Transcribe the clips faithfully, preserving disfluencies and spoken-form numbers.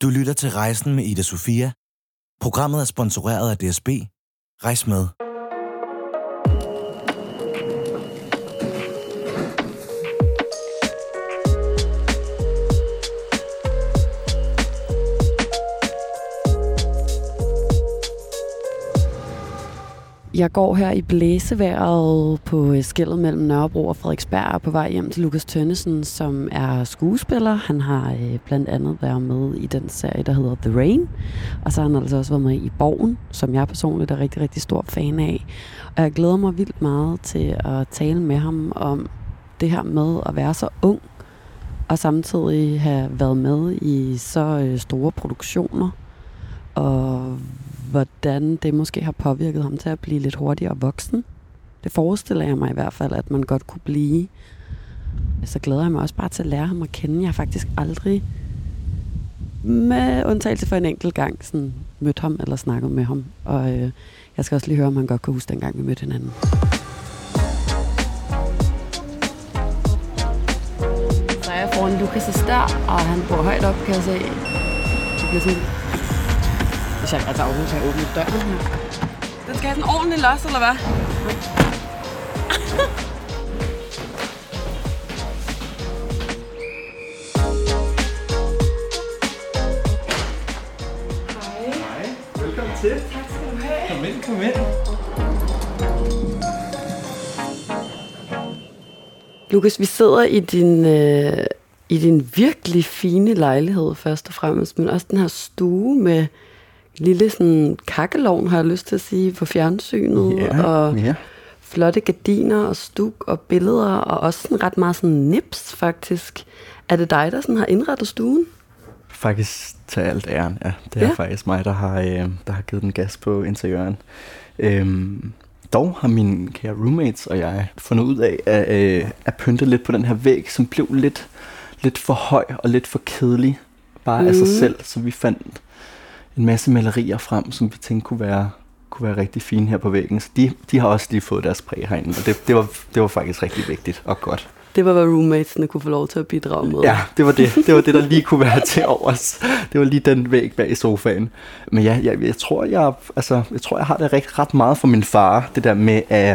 Du lytter til Rejsen med Ida Sofia. Programmet er sponsoreret af D S B. Rejs med. Jeg går her i blæsevejret på skellet mellem Nørrebro og Frederiksberg på vej hjem til Lukas Tønnesen, som er skuespiller. Han har øh, blandt andet været med i den serie, der hedder The Rain. Og så har han altså også været med i Borgen, som jeg personligt er rigtig, rigtig stor fan af. Og jeg glæder mig vildt meget til at tale med ham om det her med at være så ung, og samtidig have været med i så øh, store produktioner. Og hvordan det måske har påvirket ham til at blive lidt hurtigere voksen. Det forestiller jeg mig i hvert fald, at man godt kunne blive. Så glæder jeg mig også bare til at lære ham at kende. Jeg har faktisk aldrig, med undtagelse for en enkelt gang, sådan, mødt ham eller snakket med ham. Og øh, jeg skal også lige høre, om han godt kan huske, dengang vi mødte hinanden. Så er jeg foran Lukas' dør, og han bor højt op, kan jeg se. Det bliver sådan... Hvis jeg altså overhovedet kan åbne døren her. Den skal have sådan en ordentlig los, eller hvad? Hej. Hej. Velkommen til. Tak skal du have. Kom ind, kom ind. Lukas, vi sidder i din, øh, i din virkelig fine lejlighed først og fremmest, men også den her stue med lille sådan kakkelovn, har jeg lyst til at sige, for fjernsynet, ja, og ja. flotte gardiner og stuk og billeder, og også sådan ret meget sådan nips, faktisk. Er det dig, der sådan har indrettet stuen? Faktisk til alt æren, ja. Det er ja. faktisk mig, der har, øh, der har givet den gas på interiøren. Øhm, dog har mine kære roommates og jeg fundet ud af at, øh, at pynte lidt på den her væg, som blev lidt, lidt for høj og lidt for kedelig, bare mm. af sig selv, så vi fandt en masse malerier frem, som vi tænkte kunne være, kunne være rigtig fine her på væggen. Så de, de har også lige fået deres præg herinde, og det, det, var, det var faktisk rigtig vigtigt og godt. Det var, hvad roommatesene kunne få lov til at bidrage med. Ja, det var det. Det var det, der lige kunne være til overs. Det var lige den væg bag i sofaen. Men ja, jeg, jeg, tror, jeg, altså, jeg tror, jeg har det rigtig, ret meget for min far, det der med at,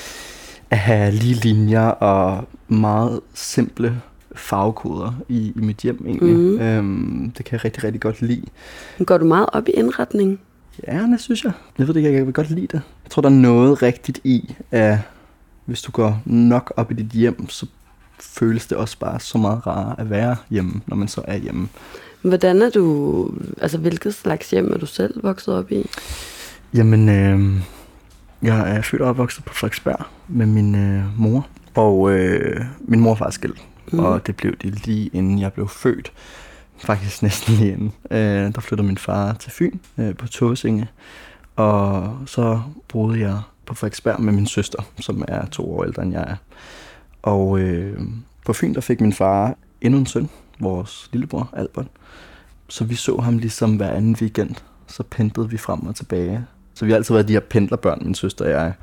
at have lige linjer og meget simple farvekoder i, i mit hjem egentlig. Mm. Øhm, det kan jeg rigtig, rigtig godt lide. Går du meget op i indretning? Ja, det synes jeg. Jeg ved det ikke, jeg vil godt lide det. Jeg tror, der er noget rigtigt i, at hvis du går nok op i dit hjem, så føles det også bare så meget rarere at være hjemme, når man så er hjemme. Hvordan er du, altså hvilket slags hjem er du selv vokset op i? Jamen, øh, jeg er født og opvokset på Frederiksberg med min øh, mor, og øh, min mor var skilt. Mm. Og det blev det lige inden jeg blev født. Faktisk næsten lige inden. Øh, der flyttede min far til Fyn øh, på Tåsinge. Og så boede jeg på Frederiksberg med min søster, som er to år ældre end jeg er. Og øh, på Fyn der fik min far endnu en søn, vores lillebror Albert. Så vi så ham ligesom hver anden weekend. Så pendlede vi frem og tilbage. Så vi har altid været de her pendlerbørn, min søster og jeg.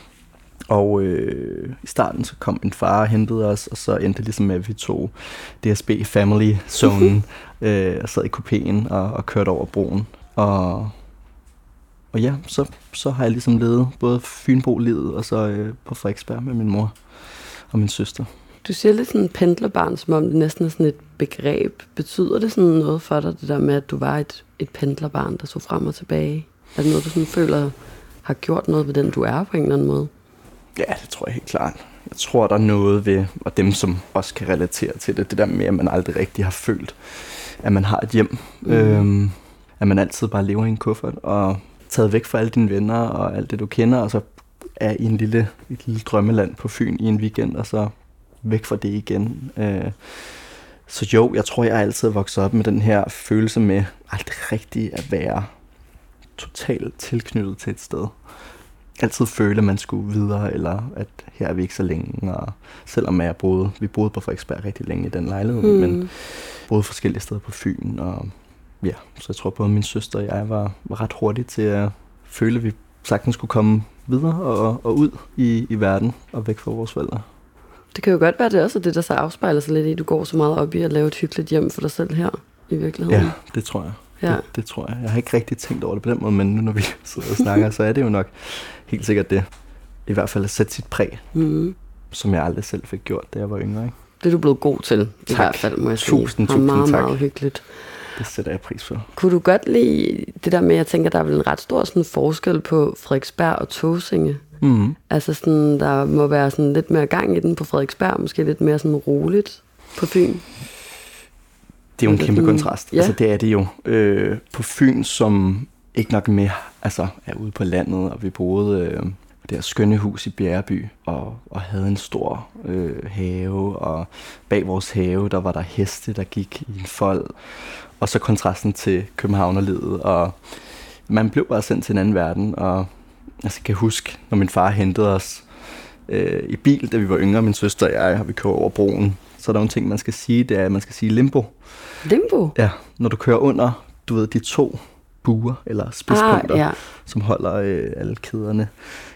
Og øh, i starten så kom min far og hentede os, og så endte det ligesom med, at vi tog D S B Family Zone øh, og sad i kupéen og, og kørte over broen. Og, og ja, så, så har jeg ligesom levet både Fynbo-livet og så øh, på Frederiksberg med min mor og min søster. Du siger lidt sådan pendlerbarn, som om det næsten er sådan et begreb. Betyder det sådan noget for dig, det der med, at du var et, et pendlerbarn, der så frem og tilbage? Er det noget, du sådan føler har gjort noget ved den, du er på en eller anden måde? Ja, det tror jeg helt klart. Jeg tror, der er noget ved, og dem, som også kan relatere til det, det der med, at man aldrig rigtig har følt, at man har et hjem. Mm. Øhm, at man altid bare lever i en kuffert, og taget væk fra alle dine venner og alt det, du kender, og så er i en lille, et lille drømmeland på Fyn i en weekend, og så væk fra det igen. Øh, så jo, jeg tror, jeg altid er vokset op med den her følelse med aldrig rigtig at være totalt tilknyttet til et sted. Altid føle, at man skulle videre, eller at her er vi ikke så længe. Og selvom jeg boede, vi boede på Frederiksberg rigtig længe i den lejlighed, mm. men boede forskellige steder på Fyn. Og ja, så jeg tror både min søster og jeg var, var ret hurtigt til at føle, at vi sagtens skulle komme videre og, og ud i, i verden og væk fra vores forældre. Det kan jo godt være, det også er det, der så afspejler sig lidt i, at du går så meget op i at lave et hyggeligt hjem for dig selv her i i virkeligheden. Ja, det tror jeg. Ja. Det, det tror jeg. Jeg har ikke rigtig tænkt over det på den måde, men nu når vi sidder og snakker, så er det jo nok helt sikkert det. I hvert fald at sætte sit præg, mm. som jeg aldrig selv fik gjort, da jeg var yngre. Ikke? Det er du blevet god til, tak. i hvert fald, må jeg sige. Tusind, tusind meget, tak. meget hyggeligt. Det sætter jeg pris for. Kunne du godt lide det der med, jeg tænker, der er vel en ret stor sådan, forskel på Frederiksberg og Tåsinge? Mm. Altså sådan, der må være sådan lidt mere gang i den på Frederiksberg, måske lidt mere sådan roligt på Fyn. Det er jo en kæmpe kontrast. Ja. Altså det er det jo. Øh, på Fyn, som ikke nok mere altså, er ude på landet, og vi boede øh, det her skønne hus i Bjerreby, og, og havde en stor øh, have, og bag vores have, der var der heste, der gik i en fold, og så kontrasten til københavnerlivet, og man blev bare sendt til en anden verden, og altså, jeg kan huske, når min far hentede os øh, i bil, da vi var yngre, min søster og jeg, har vi kørt over broen, så er der nogle ting, man skal sige, det er, at man skal sige limbo. Limbo? Ja, når du kører under, du ved, de to buer, eller spidspunkter, ah, ja. som holder øh, alle kæderne,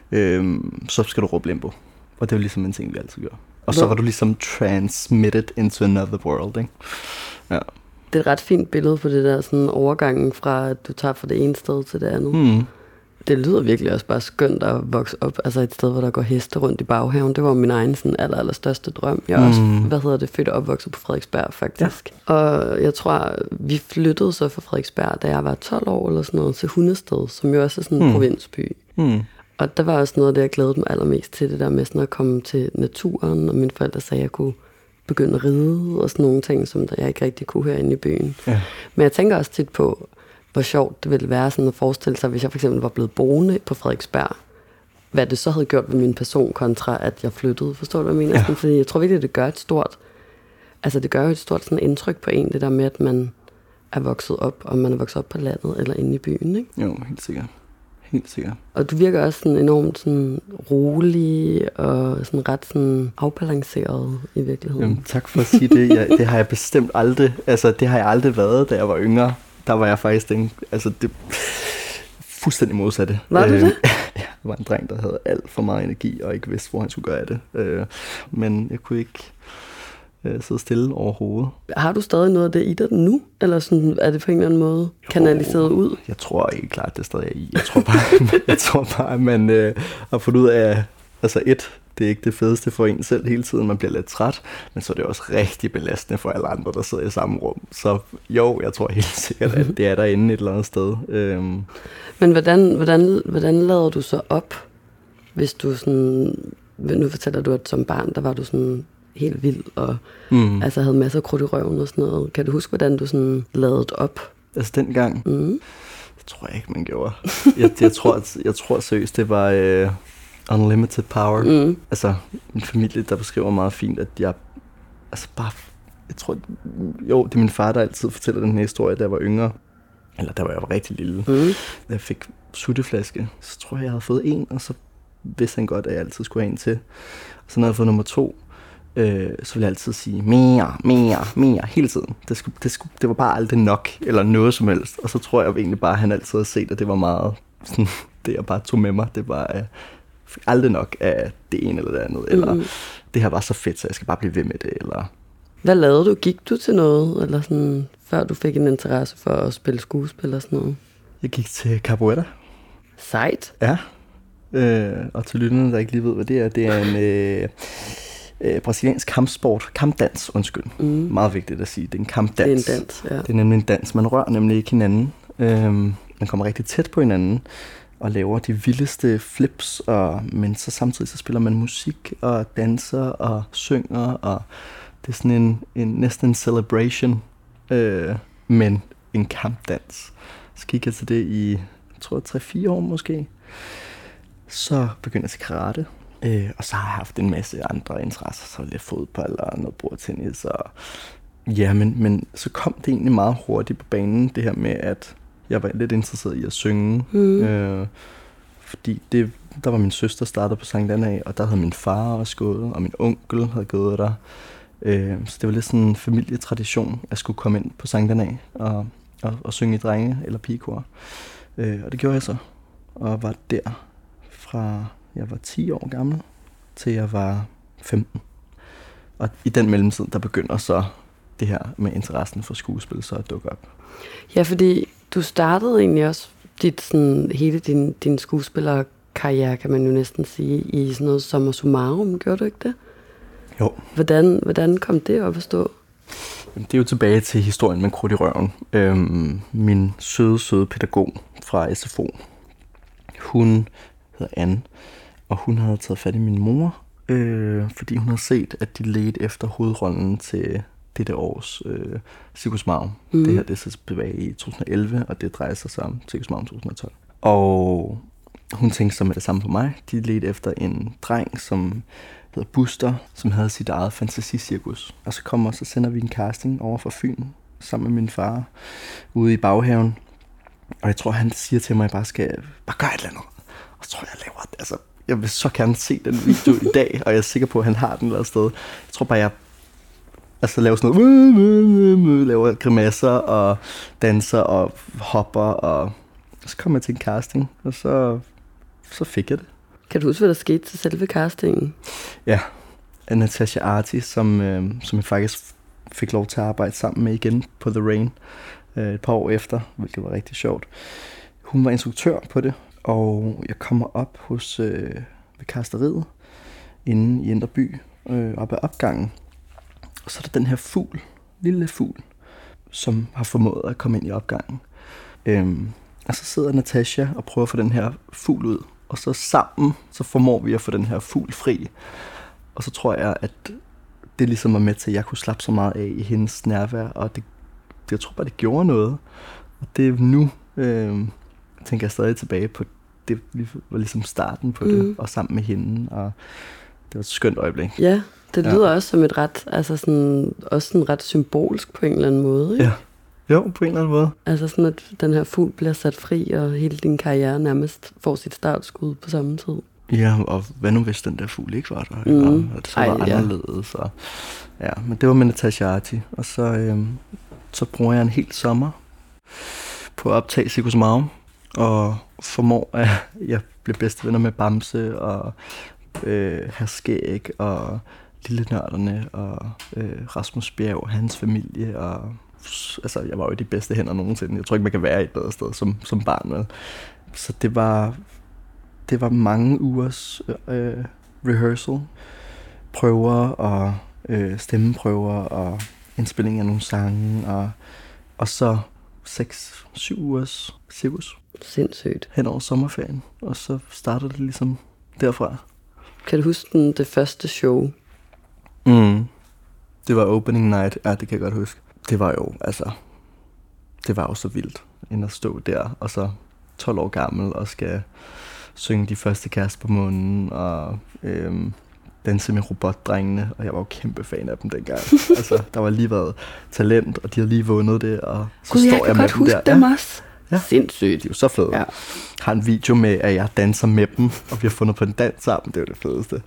øh, så skal du råbe limbo. Og det var ligesom en ting, vi altid gjorde. Og så var du ligesom transmitted into another world, ikke? Ja. Det er et ret fint billede på det der sådan overgangen fra, at du tager fra det ene sted til det andet. Mm. Det lyder virkelig også bare skønt at vokse op, altså et sted, hvor der går heste rundt i baghaven. Det var min egen sådan aller, aller største drøm. Jeg er mm. også, hvad hedder det, født og opvokset på Frederiksberg, faktisk. Ja. Og jeg tror, vi flyttede så fra Frederiksberg, da jeg var tolv år eller sådan noget, til Hundested, som jo også er sådan en mm. provinsby. Mm. Og der var også noget af det, jeg glædede mig allermest til, det der med sådan at komme til naturen, og mine forældre sagde, at jeg kunne begynde at ride, og sådan nogle ting, som jeg ikke rigtig kunne herinde i byen. Ja. Men jeg tænker også tit på, hvor sjovt det ville være sådan at forestille sig, hvis jeg for eksempel var blevet boende på Frederiksberg, hvad det så havde gjort ved min person, kontra at jeg flyttede. Forstår du, hvad jeg mener? Ja. Fordi jeg tror virkelig, det gør et stort, altså det gør jo et stort sådan indtryk på en, det der med, at man er vokset op, og man er vokset op på landet eller inde i byen, ikke? Jo, helt sikkert. Helt sikkert. Og du virker også sådan enormt sådan rolig og sådan ret sådan afbalanceret i virkeligheden. Jamen, tak for at sige det. Jeg, det har jeg bestemt aldrig, altså det har jeg aldrig været, da jeg var yngre. Der var jeg faktisk den, altså det fuldstændig modsatte. Var du det? Øh, jeg var en dreng, der havde alt for meget energi og ikke vidste, hvor han skulle gøre af det. Øh, men jeg kunne ikke øh, sidde stille overhovedet. Har du stadig noget af det i dig nu? Eller sådan, er det på en eller anden måde kanaliseret ud? Jeg tror ikke klart, det er stadig i. Jeg tror bare, jeg tror bare at man øh, har fundet ud af, altså et, det er ikke det fedeste for en selv hele tiden. Man bliver lidt træt, men så er det også rigtig belastende for alle andre, der sidder i samme rum. Så jo, jeg tror helt sikkert, at det er derinde et eller andet sted. Øhm. Men hvordan, hvordan, hvordan lader du så op, hvis du sådan... Nu fortæller du, at som barn, der var du sådan helt vild og mm. altså havde masser af krudt i røven og sådan noget. Kan du huske, hvordan du sådan ladede op? Altså dengang? Mm. Det tror jeg ikke, man gjorde. Jeg, jeg, tror, jeg tror seriøst, det var... Øh, unlimited power. Mm. Altså, min familie, der beskriver meget fint, at jeg, altså bare, jeg tror, jo, det er min far, der altid fortæller den her historie, da jeg var yngre, eller da var jeg var rigtig lille. Mm. Da jeg fik sutteflaske, så tror jeg, jeg havde fået en, og så vidste han godt, at jeg altid skulle have en til. Og så når jeg havde fået nummer to, øh, så ville jeg altid sige, mere, mere, mere, hele tiden. Det, skulle, det, skulle, det var bare aldrig nok, eller noget som helst. Og så tror jeg egentlig bare, at han altid havde set, at det var meget, sådan, det jeg bare tog med mig, det var, at fik aldrig nok af det ene eller det andet, eller mm. det her var så fedt, så jeg skal bare blive ved med det, eller... Hvad lavede du? Gik du til noget, eller sådan, før du fik en interesse for at spille skuespil og sådan noget? Jeg gik til capoeira. Sejt. Ja, øh, og til lytterne, der ikke lige ved, hvad det er, det er en øh, øh, brasiliansk kampsport, kampdans, undskyld. Mm. Meget vigtigt at sige, det er en kampdans. Det er en dans, ja. Det er nemlig en dans, man rører nemlig ikke hinanden. Øh, man kommer rigtig tæt på hinanden, og laver de vildeste flips, og, men så samtidig så spiller man musik, og danser, og synger, og det er sådan en, en næsten en celebration, øh, men en kampdans. Så gik jeg til det i, jeg tror, tre fire år måske. Så begyndte jeg til karate, øh, og så har jeg haft en masse andre interesser, så lidt fodbold og noget bordtennis, og ja, men, men så kom det egentlig meget hurtigt på banen, det her med, at jeg var lidt interesseret i at synge, mm. øh, fordi det, der var min søster startet på Sankt Anna, og der havde min far også gået, og min onkel havde gået der. Øh, så det var lidt sådan en familietradition, at skulle komme ind på Sankt Anna og, og, og synge i drenge- eller pigekor. Øh, og det gjorde jeg så, og var der fra jeg var ti år gammel, til jeg var femten. Og i den mellemtid, der begynder så det her med interessen for skuespil så at dukke op. Ja, fordi du startede egentlig også dit, sådan, hele din, din skuespillerkarriere, kan man jo næsten sige, i sådan noget Summa Summarum. Gjorde du ikke det? Jo. Hvordan, hvordan kom det op at stå? Det er jo tilbage til historien med krudt i røven. Øhm, min søde, søde pædagog fra S F O, hun hedder Anne, og hun havde taget fat i min mor, øh, fordi hun havde set, at de ledte efter hovedrollen til dette års øh, Cirkus Marum. Mm. Det her det er så tilbage i to tusind og elleve, og det drejer sig så om Cirkus Marum to tusind og tolv. Og hun tænkte så med det samme for mig. De ledte efter en dreng, som hedder Buster, som havde sit eget fantasicirkus. Og så kommer så sender vi en casting over fra Fyn, sammen med min far, ude i baghaven. Og jeg tror, han siger til mig, at jeg bare skal bare gøre et eller andet. Og så tror jeg, jeg laver det. Altså, jeg vil så gerne se den video i dag, og jeg er sikker på, at han har den et eller andet sted. Jeg tror bare, jeg altså, laver sådan noget, laver grimasser og danser og hopper. Og så kom jeg til en casting, og så, så fik jeg det. Kan du huske, hvad der skete til selve castingen? Ja, Natasha Arti, som, øh, som jeg faktisk fik lov til at arbejde sammen med igen på The Rain øh, et par år efter, hvilket var rigtig sjovt. Hun var instruktør på det, og jeg kommer op hos øh, ved kasteriet inde i Indre By, øh, op ad opgangen. Og så er der den her fugl, lille fugl, som har formået at komme ind i opgangen. Øhm, og så sidder Natasha og prøver at få den her fugl ud. Og så sammen, så formår vi at få den her fugl fri. Og så tror jeg, at det ligesom var med til, at jeg kunne slappe så meget af i hendes nærvær. Og det, det jeg tror bare, det gjorde noget. Og det er nu, øh, tænker jeg stadig tilbage på, det var ligesom starten på det. Mm. Og sammen med hende. Og det var et skønt øjeblik. Ja, det lyder ja. også som et ret, altså sådan, også sådan ret symbolsk på en eller anden måde, ikke? Ja. Jo, på en eller anden måde. Altså sådan, at den her fugl bliver sat fri, og hele din karriere nærmest får sit startskud på samme tid. Ja, og hvad nu hvis den der fugl ikke var der? Mm. Og det så Ej, var anderledes. Ja. Og, ja, men det var med Natasha Arti. Og så, øhm, så bruger jeg en hel sommer på at optage Cirkus Marum. Og formår, at jeg bliver bedste venner med Bamse og øh, Herr Skæg og Lille Nørderne og øh, Rasmus Bjerg, hans familie og altså, jeg var jo i de bedste hænder nogensinde. Jeg tror ikke, man kan være i et bedre sted som, som barn. Vel? Så det var, det var mange ugers øh, rehearsal, prøver og øh, stemmeprøver og indspilling af nogle sange, og, og så seks, syv ugers cirkus. Sindssygt. Hen over sommerferien, og så startede det ligesom derfra. Kan du huske den, det første show? Mm. Det var opening night, ja, det kan jeg godt huske. Det var jo, altså, det var jo så vildt, end at stå der, og så tolv år gammel, og skal synge de første kast på munden, og øhm, danse med robotdrengene, og jeg var jo kæmpe fan af dem dengang. Altså, der var lige været talent, og de havde lige vundet det, og så God, står jeg, jeg med dem der. Huske dem også. Ja. Sindssygt. De er jo så fede. Ja. Har en video med, at jeg danser med dem, og vi har fundet på en dans sammen, det er jo det fedeste.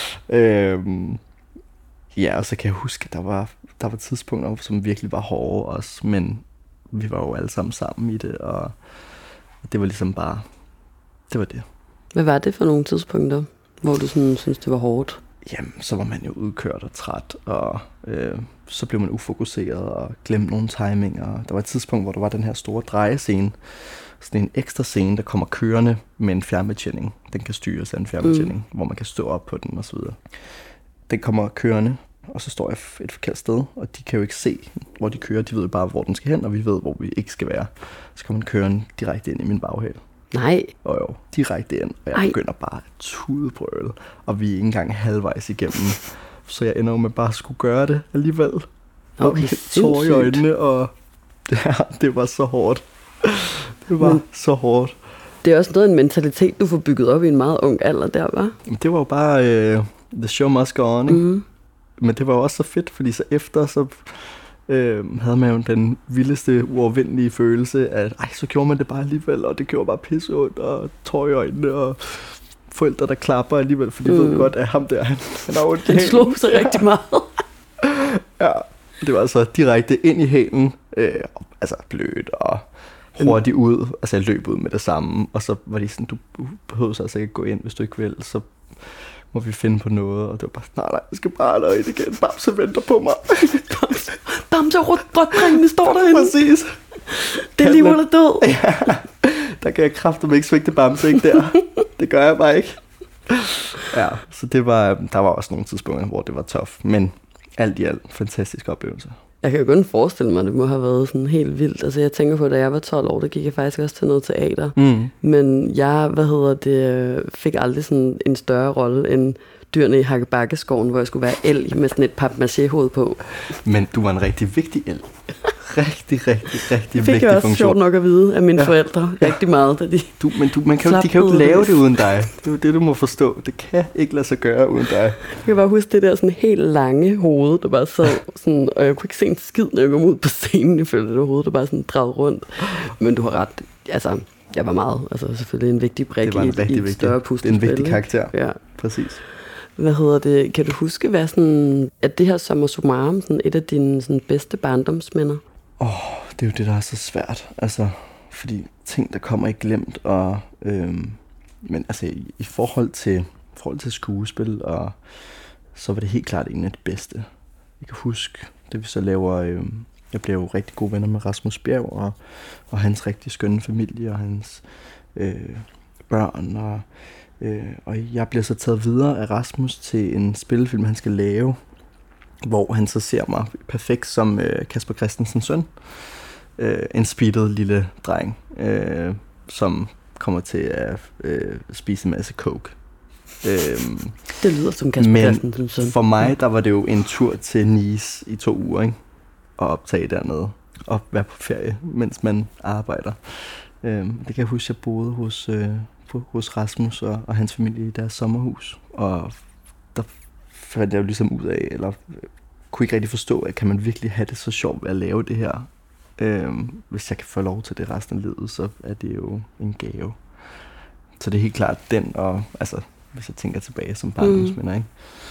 Øhm, ja, og så kan jeg huske, at der var, der var tidspunkter, som virkelig var hårde også, men vi var jo alle sammen sammen i det, og det var ligesom bare, det var det. Hvad var det for nogle tidspunkter, hvor du sådan synes det var hårdt? Jamen, så var man jo udkørt og træt, og øh, så blev man ufokuseret og glemte nogle timinger. Der var et tidspunkt, hvor der var den her store drejescene, sådan en ekstra scene, der kommer kørende med en fjernbetjening. Den kan styres af en fjernbetjening, mm. hvor man kan stå op på den og så videre. Den kommer kørende, og så står jeg et forkert sted, og de kan jo ikke se, hvor de kører. De ved jo bare, hvor den skal hen, og vi ved, hvor vi ikke skal være. Så kommer den kørende direkte ind i min baghave. Nej. Og jo, direkte ind, og jeg Ej. begynder bare at tudebrøle, og vi er ikke engang halvvejs igennem. Så jeg ender jo med bare at skulle gøre det alligevel. Okay, og med tår i øjnene, og ja, det var så hårdt. Det var Men, så hårdt. Det er også noget en mentalitet, du får bygget op i en meget ung alder der, var? Det var jo bare, uh, the show must go on, ikke? Mm-hmm. Men det var jo også så fedt, fordi så efter, så øh, havde man jo den vildeste, uovervindelige følelse, at ej, så gjorde man det bare alligevel, og det gjorde bare pisse ondt, og tår i øjnene, og forældre, der klapper alligevel, for de mm. ved godt, at ham der, han, han har ondt i Han slog sig ja. rigtig meget. Ja, det var altså direkte ind i hælen, øh, altså blødt og hurtigt ud, altså jeg løb ud med det samme, og så var de sådan, du behøver så altså ikke gå ind, hvis du ikke vil, så må vi finde på noget, og det var bare, nej, nej, jeg skal bare løg igen, Bamse venter på mig. Bamse, Bamse Bamse og røddrengene står derinde. Præcis. Det er liv eller død. Ja, der kan jeg kraftedeme ikke svigte Bamse, ikke der. Det gør jeg bare ikke. Ja, så det var, der var også nogle tidspunkter, hvor det var tough, men alt i alt fantastisk oplevelse. Jeg kan jo kun forestille mig, at det må have været sådan helt vildt. Altså jeg tænker på, at da jeg var tolv år, der gik jeg faktisk også til noget teater. Mm. Men jeg, hvad hedder det, fik aldrig sådan en større rolle end dyrene i Hakkebakkeskoven, hvor jeg skulle være elg med sådan et papmaché-hoved på. Men du var en rigtig vigtig elg. Rigtig, rigtig, rigtig vigtig funktion. Det fik jeg også sjovt nok at vide af mine ja. forældre rigtig meget. Da de, du, men du, man kan jo, de kan jo ikke lave det uden dig. Det er det, du må forstå. Det kan ikke lade sig gøre uden dig. Jeg kan bare huske det der sådan helt lange hoved, der bare sad sådan, og jeg kunne ikke se en skid, når jeg kom ud på scenen, ifølge det hoved, der bare sådan dragede rundt. Men du har ret. Altså, jeg var meget, altså selvfølgelig en vigtig brik i, i et større puslespil. Det er en vigtig karakter. Ja. Præcis. Hvad hedder det? Kan du huske, hvad sådan, at det her Summa Summarum sådan et af dine sådan bedste barndomsminder? Åh, oh, det er jo det, der er så svært. Altså, fordi ting, der kommer ikke glemt. Og, øhm, men altså, i, i forhold til, forhold til skuespil, og, så var det helt klart en af de bedste. Jeg kan huske, det vi så laver... Øhm, jeg blev jo rigtig gode venner med Rasmus Bjerg, og, og hans rigtig skønne familie, og hans øh, børn. Og, øh, og jeg bliver så taget videre af Rasmus til en spillefilm, han skal lave, hvor han så ser mig perfekt som øh, Kasper Christensens søn. Øh, en speedet lille dreng, øh, som kommer til at øh, spise en masse coke. Øh, det lyder som Kasper Christensens søn. Men for mig, der var det jo en tur til Nice i to uger, ikke? Og optage dernede, og være på ferie, mens man arbejder. Øh, det kan jeg huske, jeg boede hos, øh, hos Rasmus og, og hans familie i deres sommerhus, og der fandt jeg jo ligesom ud af, eller kunne ikke rigtig forstå, at kan man virkelig have det så sjovt ved at lave det her. Øhm, hvis jeg kan få lov til det resten af livet, så er det jo en gave. Så det er helt klart den, og altså, hvis jeg tænker tilbage som barndomsminder, ikke?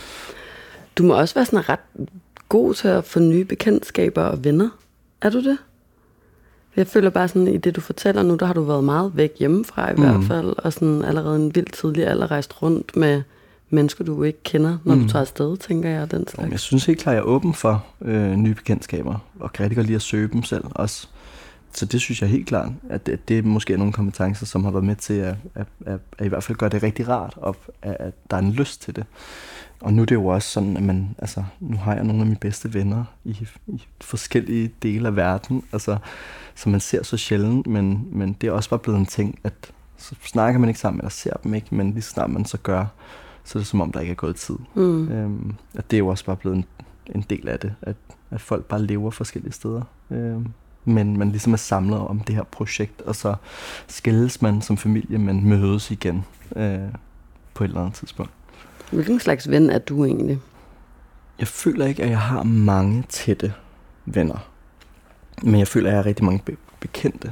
Du må også være sådan ret god til at få nye bekendtskaber og venner. Er du det? Jeg føler bare sådan, i det du fortæller nu, der har du været meget væk hjemmefra i mm. hvert fald, og sådan allerede en vildt tidlig alder rejst rundt med mennesker, du ikke kender, når mm. du tager afsted, tænker jeg, den slags. Jeg synes helt klart, jeg er åben for øh, nye bekendtskaber, og kan rigtig godt lide at søge dem selv også. Så det synes jeg helt klart, at det, at det måske er nogle kompetencer, som har været med til at, at, at, at i hvert fald gøre det rigtig rart, og at, at der er en lyst til det. Og nu er det jo også sådan, at man, altså, nu har jeg nogle af mine bedste venner i, i forskellige dele af verden, altså, som man ser så sjældent, men, men det er også bare blevet en ting, at så snakker man ikke sammen, eller ser dem ikke, men lige snart man så gør, så er det som om, der ikke er gået tid. Mm. Øhm, at det er jo også bare blevet en, en del af det, at, at folk bare lever forskellige steder. Øhm, men man ligesom er samlet om det her projekt, og så skilles man som familie, men mødes igen øh, på et eller andet tidspunkt. Hvilken slags ven er du egentlig? Jeg føler ikke, at jeg har mange tætte venner. Men jeg føler, at jeg har rigtig mange be- bekendte.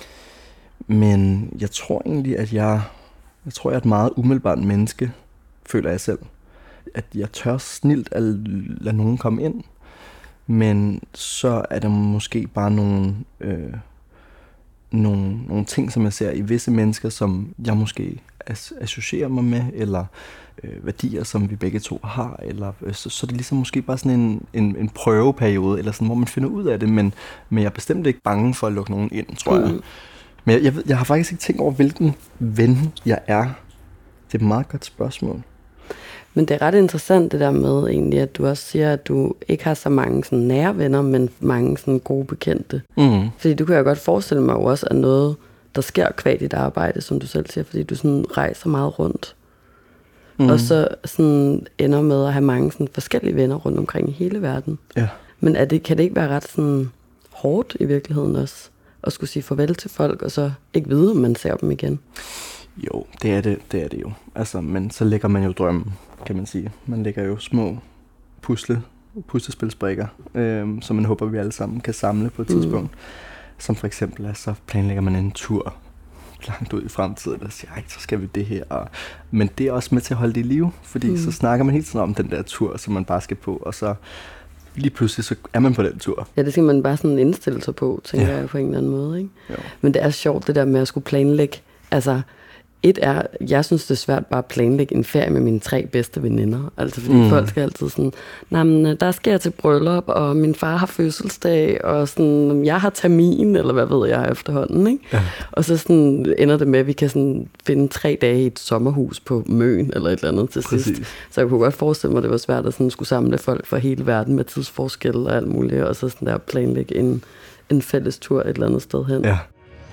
Men jeg tror egentlig, at jeg, jeg tror, jeg er et meget umiddelbart menneske, føler jeg selv. At jeg tør snilt at lade nogen komme ind. Men så er der måske bare nogle, øh, nogle, nogle ting, som jeg ser i visse mennesker, som jeg måske associerer mig med, eller øh, værdier, som vi begge to har, eller øh, så, så er det ligesom måske bare sådan en, en, en prøveperiode, eller sådan, hvor man finder ud af det, men, men jeg er bestemt ikke bange for at lukke nogen ind, tror jeg. Mm. Men jeg, jeg, jeg har faktisk ikke tænkt over, hvilken ven jeg er. Det er et meget godt spørgsmål. Men det er ret interessant det der med egentlig, at du også siger, at du ikke har så mange sådan nære venner, men mange sådan gode bekendte. Mm. Fordi du kan jo godt forestille mig jo også, at noget, der sker kvad dit arbejde, som du selv siger, fordi du sådan rejser meget rundt. Mm. Og så sådan ender med at have mange sådan forskellige venner rundt omkring i hele verden. Ja. Men er det, kan det ikke være ret sådan hårdt i virkeligheden også, at skulle sige farvel til folk, og så ikke vide, om man ser dem igen? Jo, det er det, det er det jo. Altså, men så lægger man jo drømmen, kan man sige. Man lægger jo små pusle, puslespilsbrikker, øh, som man håber, vi alle sammen kan samle på et mm. tidspunkt. Som for eksempel, altså, planlægger man en tur langt ud i fremtiden, og siger, ej, så skal vi det her. Og, men det er også med til at holde det i live, fordi mm. så snakker man hele tiden om den der tur, som man bare skal på, og så lige pludselig, så er man på den tur. Ja, det skal man bare sådan indstille sig på, tænker ja. jeg på en eller anden måde, ikke? Jo. Men det er sjovt, det der med at skulle planlægge, altså Et er, jeg synes, det er svært bare at planlægge en ferie med mine tre bedste veninder. Altså, fordi mm. folk skal altid sådan, nej, men der skal jeg til bryllup, og min far har fødselsdag, og sådan, jeg har termin, eller hvad ved jeg efterhånden, ikke? Ja. Og så sådan ender det med, at vi kan sådan finde tre dage i et sommerhus på Møn, eller et eller andet til Præcis. sidst. Så jeg kunne godt forestille mig, at det var svært at sådan skulle samle folk fra hele verden med tidsforskel og alt muligt, og så sådan der planlægge en, en fælles tur et eller andet sted hen. Ja.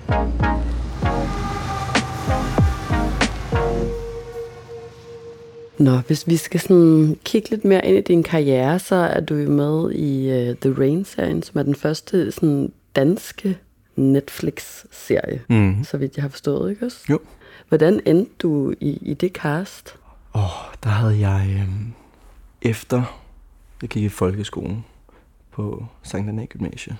Nå, hvis vi skal sådan kigge lidt mere ind i din karriere, så er du jo med i uh, The Rain-serien, som er den første sådan danske Netflix-serie, mm. så vidt jeg har forstået, ikke også? Jo. Hvordan endte du i, i det cast? Åh, oh, der havde jeg øh, efter jeg gik i folkeskolen på Sankt Annæ Gymnasie,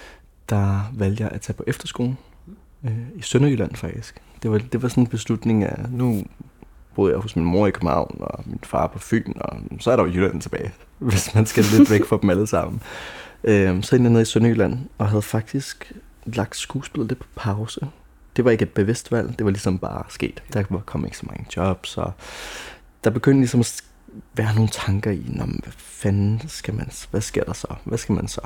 der valgte jeg at tage på efterskolen øh, i Sønderjylland faktisk. Det var, det var sådan en beslutning af, nu boede jeg hos min mor i København, og min far på Fyn, og så er der jo Jylland tilbage, hvis man skal lidt væk fra dem alle sammen. Øh, så endte jeg nede i Sønderjylland, og havde faktisk lagt skuespillet lidt på pause. Det var ikke et bevidst valg, det var ligesom bare sket. Der kom ikke så mange jobs, og der begyndte ligesom at være nogle tanker i, hvad fanden skal man, hvad sker der så? Hvad skal man så?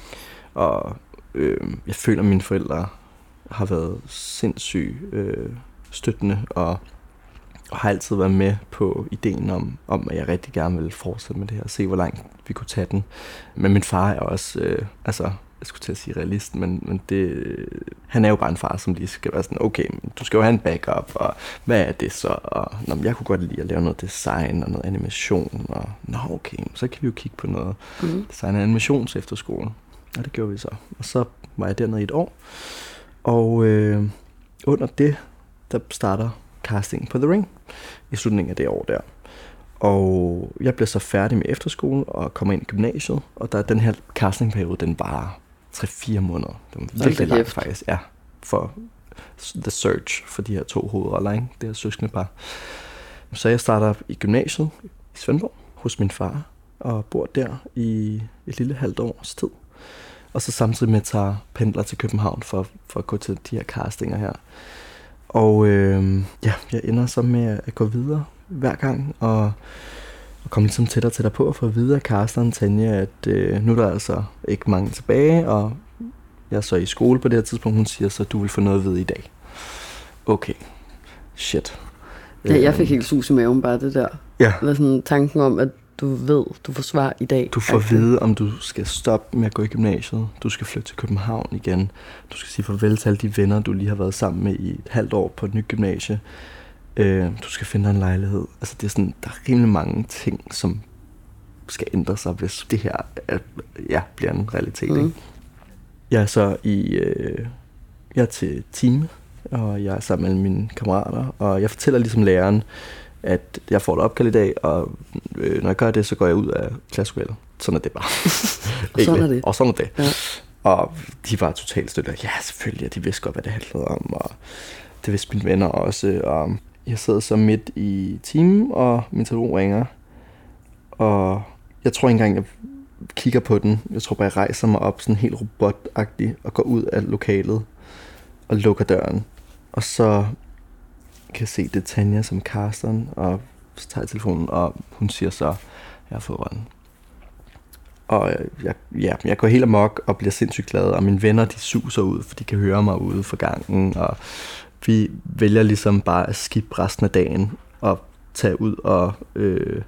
Og øh, jeg føler, at mine forældre har været sindssygt øh, støttende, og, og har altid været med på ideen om, om, at jeg rigtig gerne vil fortsætte med det her, og se, hvor langt vi kunne tage den. Men min far er også, øh, altså, jeg skulle til at sige realist, men, men det, han er jo bare en far, som lige skal være sådan, okay, du skal jo have en backup, og hvad er det så? Og nå, jeg kunne godt lide at lave noget design og noget animation, og nå, okay, så kan vi jo kigge på noget mm. design og animation til efterskolen. Og det gjorde vi så. Og så var jeg dernede i et år, og øh, under det, der starter casting på The Ring i slutningen af det år der. Og jeg blev så færdig med efterskole og kommer ind i gymnasiet, og der den her castingperiode, den var tre fire måneder. Den var virkelig lang faktisk, ja, for the search for de her to hovedroller, ikke? Det her søskende par. Så jeg starter i gymnasiet i Svendborg hos min far, og bor der i et lille halvt års tid. Og så samtidig med tager pendler til København for, for at gå til de her castinger her. Og øh, ja, jeg ender så med at gå videre hver gang, og, og komme ligesom tættere og tættere på, og få at vide af casteren Tanja, at øh, nu er der altså ikke mange tilbage, og jeg er så i skole på det her tidspunkt, hun siger så, at du vil få noget at vide i dag. Okay, shit. Ja, jeg fik helt sus i maven bare det der. Ja. Eller sådan tanken om, at du ved, du får svar i dag. Du får at vide, om du skal stoppe med at gå i gymnasiet. Du skal flytte til København igen. Du skal sige farvel til alle de venner, du lige har været sammen med i et halvt år på et nyt gymnasie. Øh, du skal finde dig en lejlighed. Altså, det er sådan, der er rimelig mange ting, som skal ændre sig, hvis det her er, ja, bliver en realitet. Mm. Ikke? Jeg er så i... Øh, jeg er til time, og jeg er sammen med mine kammerater, og jeg fortæller ligesom læreren, at jeg får et opkald i dag, og øh, når jeg gør det, så går jeg ud af klasselokalet. Sådan er det bare. og sådan er det. Og sådan er det. Ja. Og de var totalt støtte. Ja, selvfølgelig, og de vidste godt, hvad det handlede om, og det vidste mine venner også. Og jeg sidder så midt i timen, og min telefon ringer, og jeg tror ikke engang, jeg kigger på den. Jeg tror bare, jeg rejser mig op sådan helt robotagtigt, og går ud af lokalet, og lukker døren. Og så kan jeg se, det er Tanja som casteren, og så tager jeg telefonen, og hun siger så, jeg har fået rollen. Og jeg, ja, jeg går helt amok og bliver sindssygt glad, og mine venner, de suser ud, for de kan høre mig ude for gangen, og vi vælger ligesom bare at skippe resten af dagen, og tage ud og øh,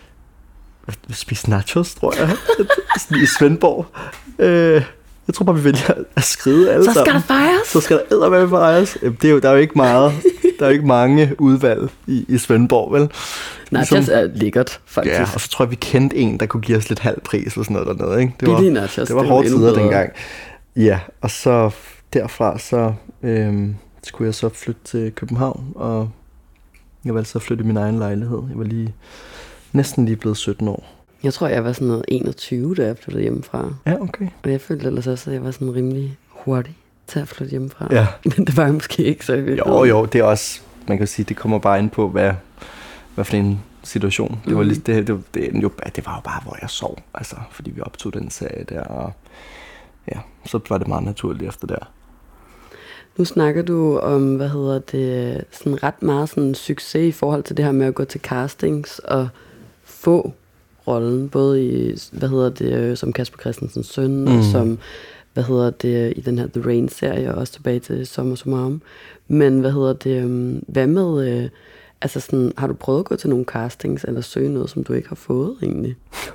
spise nachos, tror jeg, i Svendborg. Øh, Jeg tror bare, vi vælger at skride alle sammen. Så skal der fejres. Så skal der eddermame fejres. Det er jo, der er jo ikke meget. Der er jo ikke mange udvalg i, i Svendborg, vel? Nachos ligesom, er lækkert, faktisk. Ja, og så tror jeg, vi kendte en, der kunne give os lidt halv pris eller sådan noget dernede, ikke? Det var, Billige nachos. Det var hårde tider dengang. Ja, og så derfra, så øhm, skulle jeg så flytte til København, og jeg valgte så at flytte i min egen lejlighed. Jeg var lige næsten lige blevet sytten år. Jeg tror, jeg var sådan noget enogtyve, da jeg flyttede hjemmefra. Ja, okay. Og jeg følte ellers også, at jeg var sådan rimelig hurtig til at flytte hjemmefra. Ja. Men det var jeg måske ikke så i virkeligheden. Jo, jo, det er også, man kan sige, det kommer bare ind på, hvad, hvad for en situation. Det var, mm. det, det, det, det, jo, det var jo bare, hvor jeg sov, altså, fordi vi optog den serie der, og ja, så var det meget naturligt efter der. Nu snakker du om, hvad hedder det, sådan ret meget sådan succes i forhold til det her med at gå til castings og få rollen, både i, hvad hedder det, som Kasper Christensens søn, mm. og som, hvad hedder det, i den her The Rain-serie, og også tilbage til Summa Summarum. Men hvad hedder det, hvad med, øh, altså sådan, har du prøvet at gå til nogle castings, eller søge noget, som du ikke har fået egentlig?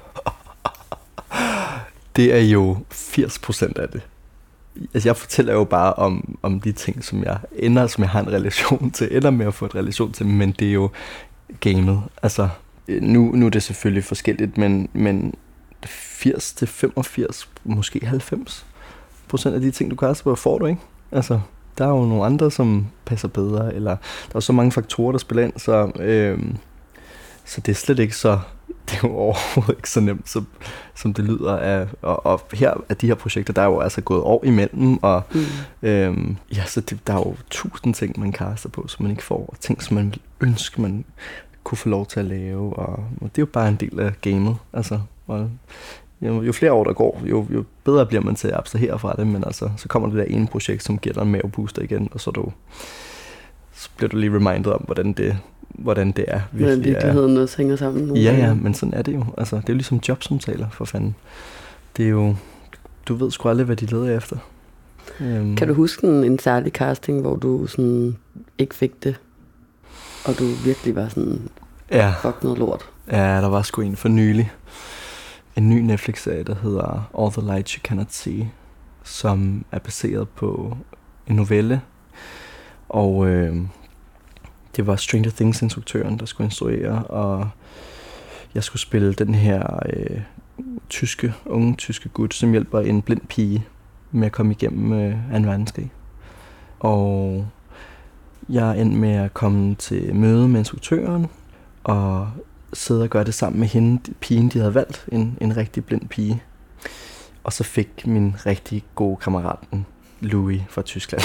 Det er jo firs procent af det. Altså jeg fortæller jo bare om, om de ting, som jeg ender, som jeg har en relation til, ender med at få et relation til, men det er jo gamet. Altså, nu, nu er det selvfølgelig forskelligt, men, men firs til femogfirs, måske halvfems procent af de ting, du kaster på, får du, ikke? Altså, der er jo nogle andre, som passer bedre, eller der er så mange faktorer, der spiller ind, så, øh, så det er slet ikke så, det er jo overhovedet ikke så nemt, som, som det lyder af, og, og her er de her projekter, der er jo altså gået år imellem, og mm. øhm, ja, så det, der er jo tusind ting, man kaster på, som man ikke får, og ting, som man vil ønske, man kunne få lov til at lave, og, og det er jo bare en del af gamet, altså, og jo, jo flere år der går, jo, jo bedre bliver man til at abstrahere fra det, men altså, så kommer det der ene projekt, som giver dig en mavebooster igen, og så, du, så bliver du lige reminded om, hvordan det hvordan det er virkelig. Men virkeligheden også hænger sammen nu. Ja, ja, men sådan er det jo. Altså, det er jo ligesom jobsamtaler, for fanden. Det er jo, du ved sgu aldrig, hvad de leder efter. Um, kan du huske en, en særlig casting, hvor du sådan ikke fik det, og du virkelig var sådan, ja. fuck noget lort? Ja, der var sgu en for nylig. En ny Netflix-serie, der hedder All the Lights You Cannot See, som er baseret på en novelle, og øh, det var Stranger Things-instruktøren, der skulle instruere, og jeg skulle spille den her øh, tyske, unge tyske gut, som hjælper en blind pige med at komme igennem øh, anden verdenskrig. Og jeg endte med at komme til møde med instruktøren, og sidde og gøre det sammen med hende, pigen, de havde valgt, en, en rigtig blind pige. Og så fik min rigtig gode kammerat, Louis fra Tyskland.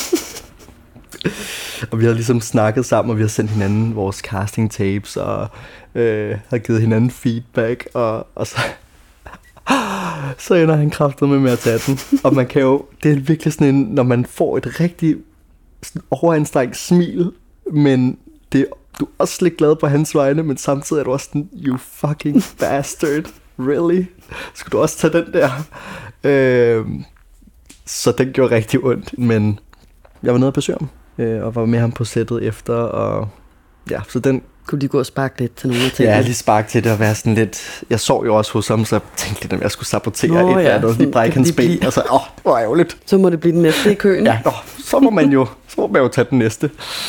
Og vi havde ligesom snakket sammen, og vi havde sendt hinanden vores casting tapes, og øh, havde givet hinanden feedback, og, og så, så ender han kraftedeme med at tage den. Og man kan jo, det er virkelig sådan en, når man får et rigtig overanstrengt smil, men det, du er også lidt glad på hans vegne, men samtidig er du også sådan, you fucking bastard, really? Skulle du også tage den der? Øh, så den gjorde rigtig ondt, men jeg var nede og besøge ham. Og var med ham på sættet efter, og ja, så den... Kunne de gå og sparke lidt til nogle af tingene? Ja, lige sparke til det og være sådan lidt... Jeg sov jo også hos ham, så jeg tænkte lidt, om jeg skulle sabotere Nå, et eller ja, andet, lige brække hans ben, blive... og så, åh, oh, det var ærgerligt. Så må det blive den næste i køen. Ja, nå, så må man jo, så må man jo tage den næste.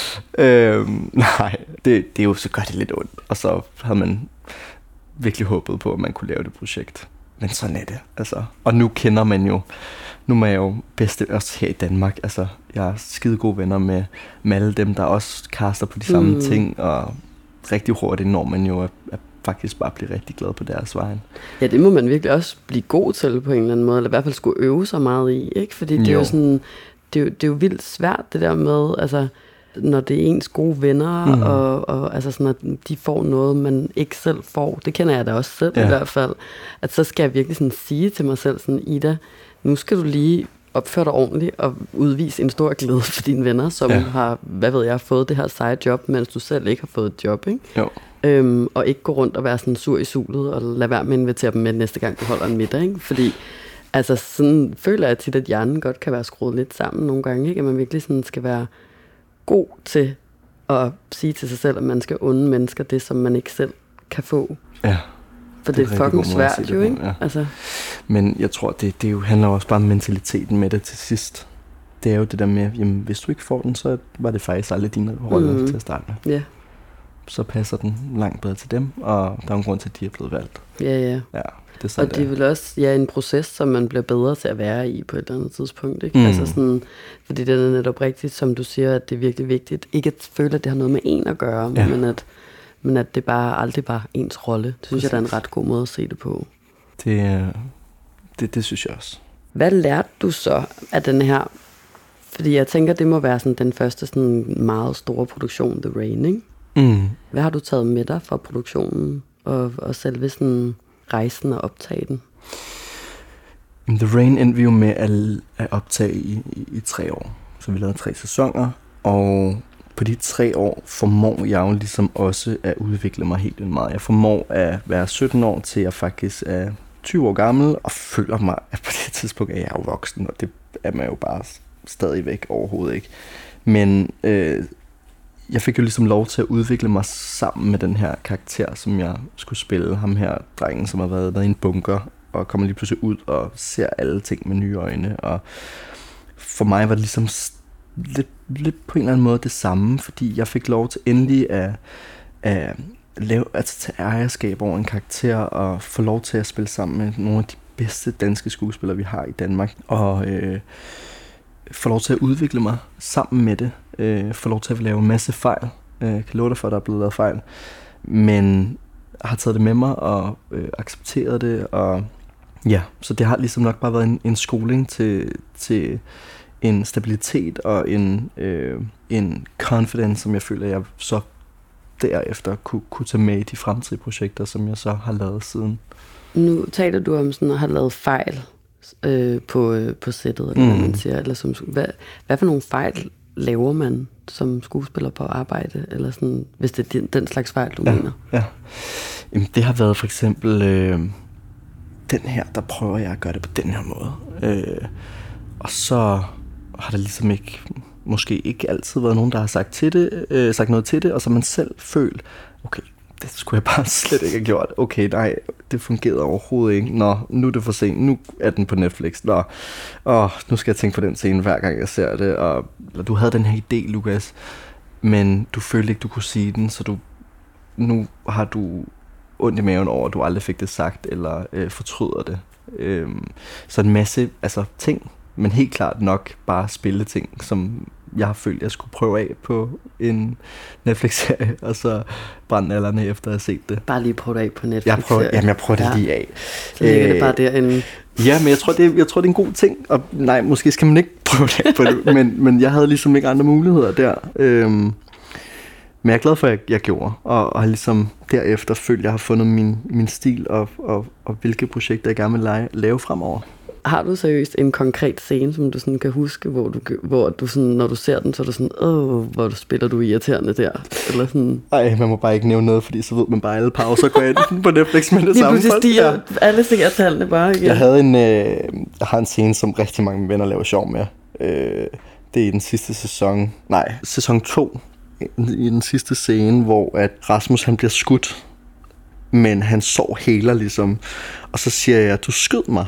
Øhm, nej, det, det er jo, så gør det lidt ondt, og så havde man virkelig håbet på, at man kunne lave det projekt. Men sådan er det, altså. Og nu kender man jo... Nu er jeg jo bedste også her i Danmark. Altså, jeg er skide gode venner med, med alle dem, der også kaster på de samme mm. ting, og rigtig hurtigt når man jo at, at faktisk bare blive rigtig glad på deres vejen. Ja, det må man virkelig også blive god til på en eller anden måde, eller i hvert fald skulle øve sig meget i, ikke? Fordi det jo. er jo sådan, det er jo, det er jo vildt svært det der med, altså, når det er ens gode venner, mm. og, og altså sådan, at de får noget, man ikke selv får. Det kender jeg da også selv ja. i hvert fald. At så skal jeg virkelig sådan sige til mig selv, sådan, Ida, nu skal du lige opføre dig ordentligt og udvise en stor glæde for dine venner, som ja. har, hvad ved jeg, fået det her seje job, mens du selv ikke har fået et job, ikke? Jo. Øhm, og ikke gå rundt og være sådan sur i sulet, og lade være med at invitere dem med næste gang, du holder en middag, ikke? Fordi, altså sådan, føler jeg tit, at hjernen godt kan være skruet lidt sammen nogle gange, ikke? At man virkelig sådan skal være god til at sige til sig selv, at man skal unde mennesker det, som man ikke selv kan få. Ja. For det, det er fucking svært jo, ikke? Ja. Altså. Men jeg tror, det, det jo handler også bare om mentaliteten med det til sidst. Det er jo det der med, jamen hvis du ikke får den, så var det faktisk aldrig dine roller mm. til at starte med. Ja. Så passer den langt bedre til dem, og der er en grund til, at de er blevet valgt. Ja, ja. Ja, det er sådan, og det er vel også ja, en proces, som man bliver bedre til at være i på et eller andet tidspunkt, ikke? Mm. Altså sådan, fordi det er netop rigtigt, som du siger, at det er virkelig vigtigt. Ikke at føle, at det har noget med en at gøre, ja. men at Men at det bare aldrig var ens rolle. Det synes Præcis. jeg, der er en ret god måde at se det på. Det, det, det synes jeg også. Hvad lærte du så af den her? Fordi jeg tænker, det må være sådan den første sådan meget store produktion, The Rain, ikke? Mm. Hvad har du taget med dig fra produktionen og, og selve sådan rejsen og optage den? The Rain endte vi jo med at, at optage i, i, i tre år. Så vi lavede tre sæsoner, og på de tre år formår jeg jo ligesom også at udvikle mig helt vildt meget. Jeg formår at være sytten år til jeg faktisk er tyve år gammel, og føler mig, at på det tidspunkt er jeg jo voksen, og det er man jo bare stadigvæk overhovedet ikke. Men øh, jeg fik jo ligesom lov til at udvikle mig sammen med den her karakter, som jeg skulle spille. Ham her drengen, som har været nede i en bunker, og kommer lige pludselig ud og ser alle ting med nye øjne. Og for mig var det ligesom lidt, lidt på en eller anden måde det samme, fordi jeg fik lov til endelig at, at lave, altså tage ejerskab over en karakter, og få lov til at spille sammen med nogle af de bedste danske skuespillere, vi har i Danmark. Og øh, få lov til at udvikle mig sammen med det. Øh, få lov til at lave en masse fejl. Jeg øh, kan love dig for, at der er blevet lavet fejl. Men jeg har taget det med mig og øh, accepteret det. Og ja, så det har ligesom nok bare været en, en skoling til, til en stabilitet og en, øh, en confidence, som jeg føler, jeg så derefter kunne, kunne tage med i de fremtidige projekter, som jeg så har lavet siden. Nu taler du om sådan at have lavet fejl øh, på, øh, på sættet, eller mm. hvad man siger. Eller som, hvad, hvad for nogle fejl laver man som skuespiller på arbejde? Eller sådan, hvis det er den, den slags fejl, du ja, mener? Ja. Jamen, det har været for eksempel øh, den her, der prøver jeg at gøre det på den her måde. Øh, og så har der ligesom ikke, måske ikke altid været nogen, der har sagt, til det, øh, sagt noget til det, og så man selv følt, okay, det skulle jeg bare slet ikke have gjort. Okay, nej, det fungerede overhovedet ikke. Nå, nu er det for sent. Nu er den på Netflix. Nå, åh, nu skal jeg tænke på den scene, hver gang jeg ser det. Og du havde den her idé, Lukas, men du følte ikke, du kunne sige den, så du, nu har du ondt i maven over, at du aldrig fik det sagt, eller øh, fortryder det. Øhm, så en masse altså, ting, men helt klart nok bare spilleting, som jeg har følt, jeg skulle prøve af på en Netflix-serie, og så brænde alderne efter at have set det. Bare lige prøve det af på Netflix. Jeg prøver, jamen, jeg prøver det ja. lige af. Så ligger øh, det bare derinde. Ja, men jeg tror, det, jeg tror, det er en god ting. Og nej, måske skal man ikke prøve det af på det, men, men jeg havde ligesom ikke andre muligheder der. Øhm, men jeg er glad for, at jeg, jeg gjorde, og, og har ligesom derefter følt, at jeg har fundet min, min stil, og, og, og hvilke projekter jeg gerne vil lave, lave fremover. Har du seriøst en konkret scene, som du sådan kan huske, hvor du, hvor du sådan, når du ser den, så er du sådan, åh, hvor du spiller du irriterende der? Eller sådan. Ej, man må bare ikke nævne noget, fordi så ved man bare, alle pauser går ind på Netflix med det lige samme. Lige pludselig stiger ja. alle seertallene bare igen. Jeg havde en, øh, jeg har en scene, som rigtig mange venner laver sjov med. Øh, det er i den sidste sæson, nej, sæson to, i den sidste scene, hvor at Rasmus han bliver skudt, men han sov heler ligesom. Og så siger jeg, du skød mig.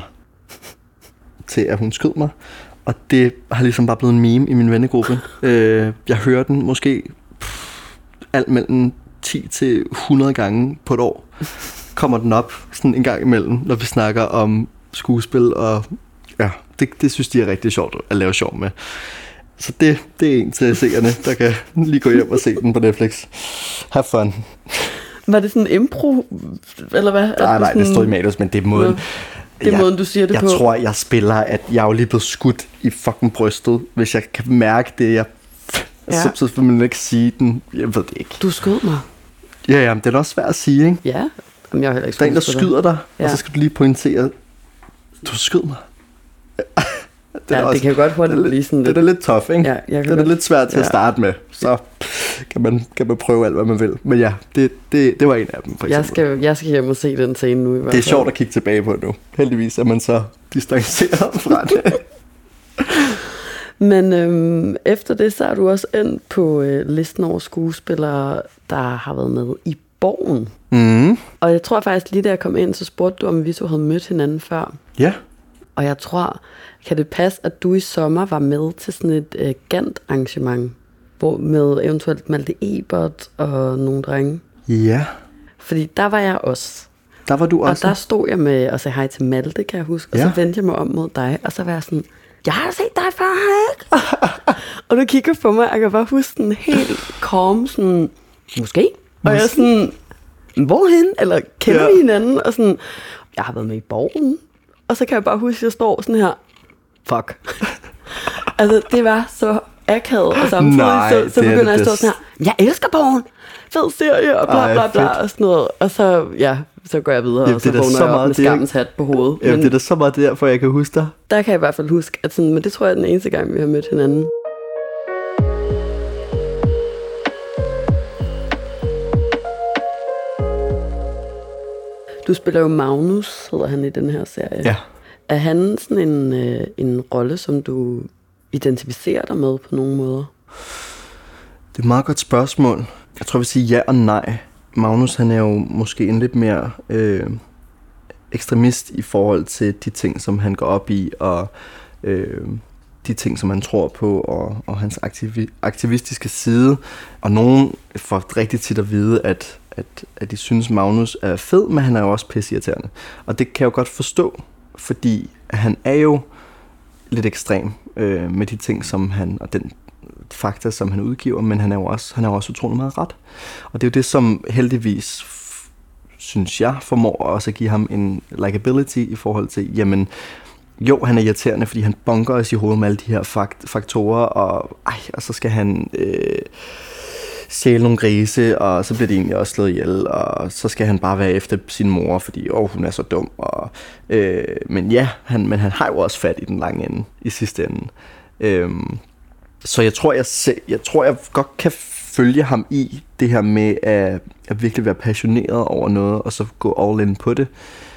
Til at hun skød mig, og det har ligesom bare blevet en meme i min vennegruppe. øh, jeg hører den måske pff, alt mellem ti til hundrede gange på et år. Kommer den op sådan en gang imellem, når vi snakker om skuespil, og ja, det, det synes de er rigtig sjovt at lave sjov med. Så det, det er en til seerne, der kan lige gå hjem og se den på Netflix. Have fun. Var det sådan en impro, eller hvad? Nej, nej, det står i manus, men det er måden... Ja. Det er jeg, måden, du siger det jeg på. Jeg tror, jeg spiller, at jeg er jo lige blevet skudt i fucking brystet. Hvis jeg kan mærke det, jeg... Ja. Så, så vil man ikke sige den. Jeg ved det ikke. Du skød mig. Ja, ja, men det er også svært at sige, ikke? Ja. Jamen, jeg er heller ikke der er en, der skyder dig, ja. Og så skal du lige pointere, du skød mig. det ja, også, det kan godt hurtigt blive sådan lidt... Det er lidt tough, ikke? Ja, jeg det er godt... lidt svært til ja. at starte med. Så kan man, kan man prøve alt, hvad man vil. Men ja, det, det, det var en af dem, for eksempel. Jeg skal, jeg skal hjem og se den scene nu i hvert fald. Det er sjovt at kigge tilbage på nu. Heldigvis er man så distanceret fra det. Men øhm, efter det, så er du også endt på øh, listen over skuespillere, der har været med i Borgen. Mm. Og jeg tror faktisk, lige da jeg kom ind, så spurgte du, om vi så havde mødt hinanden før. Ja. Og jeg tror, kan det passe, at du i sommer var med til sådan et øh, Gant-arrangement, hvor med eventuelt Malte Ebert og nogle drenge? Ja. Fordi der var jeg også. Der var du også? Og der stod jeg med og sagde hej til Malte, kan jeg huske. Og ja. så vendte jeg mig om mod dig, og så var jeg sådan, jeg har set dig før, ikke? Og du kigger på mig, og jeg kan bare huske den helt calm, sådan, måske. Og jeg er sådan, hvorhen? Eller kender ja. vi hinanden? Og sådan, jeg har været med i Borgen. Og så kan jeg bare huske, at jeg står sådan her, fuck. Altså, det var så akavet, og samtidig Nej, så, så begynder jeg at stå sådan her, jeg elsker Borgen, fed serie, og bla bla bla, Ej, og sådan noget. Og så, ja, så går jeg videre, Jamen, og så vågner jeg op med skammens hat på hovedet. Jamen, men, det er da så meget derfor, jeg kan huske dig. Der kan jeg i hvert fald huske, at sådan, men det tror jeg er den eneste gang, vi har mødt hinanden. Du spiller jo Magnus, hedder han i den her serie. Ja. Er han sådan en, øh, en rolle, som du identificerer dig med på nogen måder? Det er et meget godt spørgsmål. Jeg tror, jeg vil sige ja og nej. Magnus, han er jo måske en lidt mere øh, ekstremist i forhold til de ting, som han går op i, og øh, de ting, som han tror på, og, og hans aktivi- aktivistiske side. Og nogen får rigtig tit at vide, at, at, at de synes, Magnus er fed, men han er jo også pisseirriterende. Og det kan jeg jo godt forstå, fordi han er jo lidt ekstrem øh, med de ting, som han, og den fakta, som han udgiver, men han er jo også, han er jo også utrolig meget ret. Og det er jo det, som heldigvis, f- synes jeg, formår også at give ham en likability i forhold til, jamen, jo, han er irriterende, fordi han bunker os i hovedet med alle de her fakt- faktorer, og, ej, og så skal han øh, stjæle nogle grise, og så bliver det egentlig også slået ihjel, og så skal han bare være efter sin mor, fordi åh, hun er så dum. Og, øh, men ja, han, men han har jo også fat i den lange ende, i sidste ende. Øh, Så jeg tror, jeg, se, jeg tror, jeg godt kan følge ham i det her med at, at virkelig være passioneret over noget, og så gå all in på det.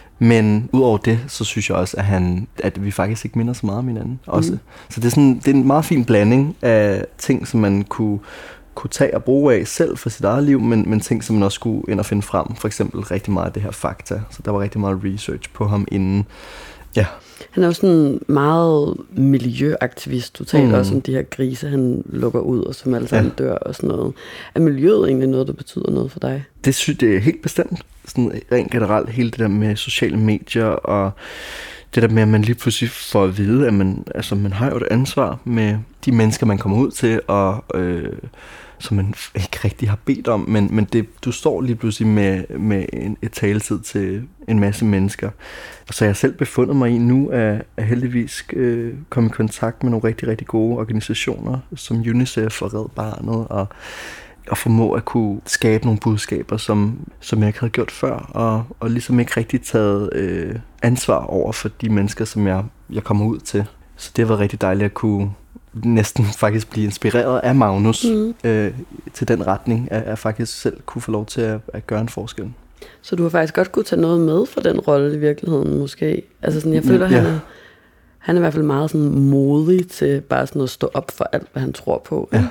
Men udover det, så synes jeg også, at, han, at vi faktisk ikke minder så meget om hinanden også. Mm. Så det er, sådan, det er en meget fin blanding af ting, som man kunne, kunne tage og bruge af selv for sit eget liv, men, men ting, som man også skulle ind og finde frem. For eksempel rigtig meget af det her fakta. Så der var rigtig meget research på ham inden. Ja. Han er jo sådan meget miljøaktivist. Du taler mm. også om de her grise, han lukker ud, og som alle sammen ja. dør og sådan noget. Er miljøet egentlig noget, der betyder noget for dig? Det synes jeg er helt bestemt. Sådan rent generelt, hele det der med sociale medier, og det der med, at man lige pludselig får at vide, at man, altså, man har jo et ansvar med de mennesker, man kommer ud til, og øh, som man ikke rigtig har bedt om, men, men det, du står lige pludselig med, med en, et taletid til en masse mennesker. Så jeg har selv befundet mig i nu, at, at heldigvis øh, komme i kontakt med nogle rigtig, rigtig gode organisationer, som UNICEF og Red Barnet, og, og formå at kunne skabe nogle budskaber, som, som jeg ikke havde gjort før, og, og ligesom ikke rigtig taget øh, ansvar over for de mennesker, som jeg, jeg kommer ud til. Så det har været rigtig dejligt at kunne næsten faktisk blive inspireret af Magnus mm. øh, til den retning, at jeg faktisk selv kunne få lov til at, at gøre en forskel. Så du har faktisk godt kunne tage noget med for den rolle i virkeligheden, måske? Altså sådan, jeg føler, ja. han, er, han er i hvert fald meget sådan modig til bare sådan at stå op for alt, hvad han tror på. Ja.